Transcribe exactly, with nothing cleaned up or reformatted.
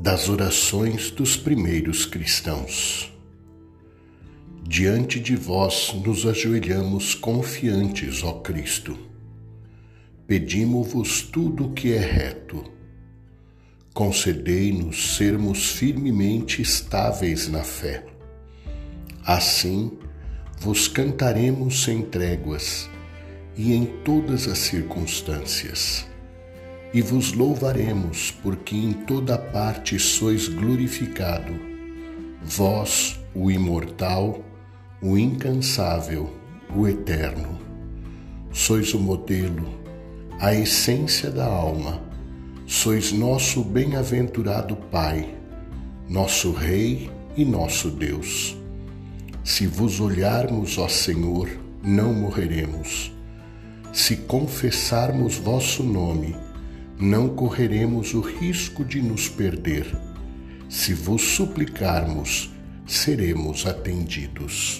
das orações dos primeiros cristãos. Diante de vós nos ajoelhamos confiantes, ó Cristo. Pedimo-vos tudo o que é reto. Concedei-nos sermos firmemente estáveis na fé. Assim, vos cantaremos sem tréguas e em todas as circunstâncias. E vos louvaremos, porque em toda parte sois glorificado, vós, o imortal, o incansável, o eterno. Sois o modelo, a essência da alma, sois nosso bem-aventurado Pai, nosso Rei e nosso Deus. Se vos olharmos, ó Senhor, não morreremos. Se confessarmos vosso nome, não correremos o risco de nos perder. Se vos suplicarmos, seremos atendidos.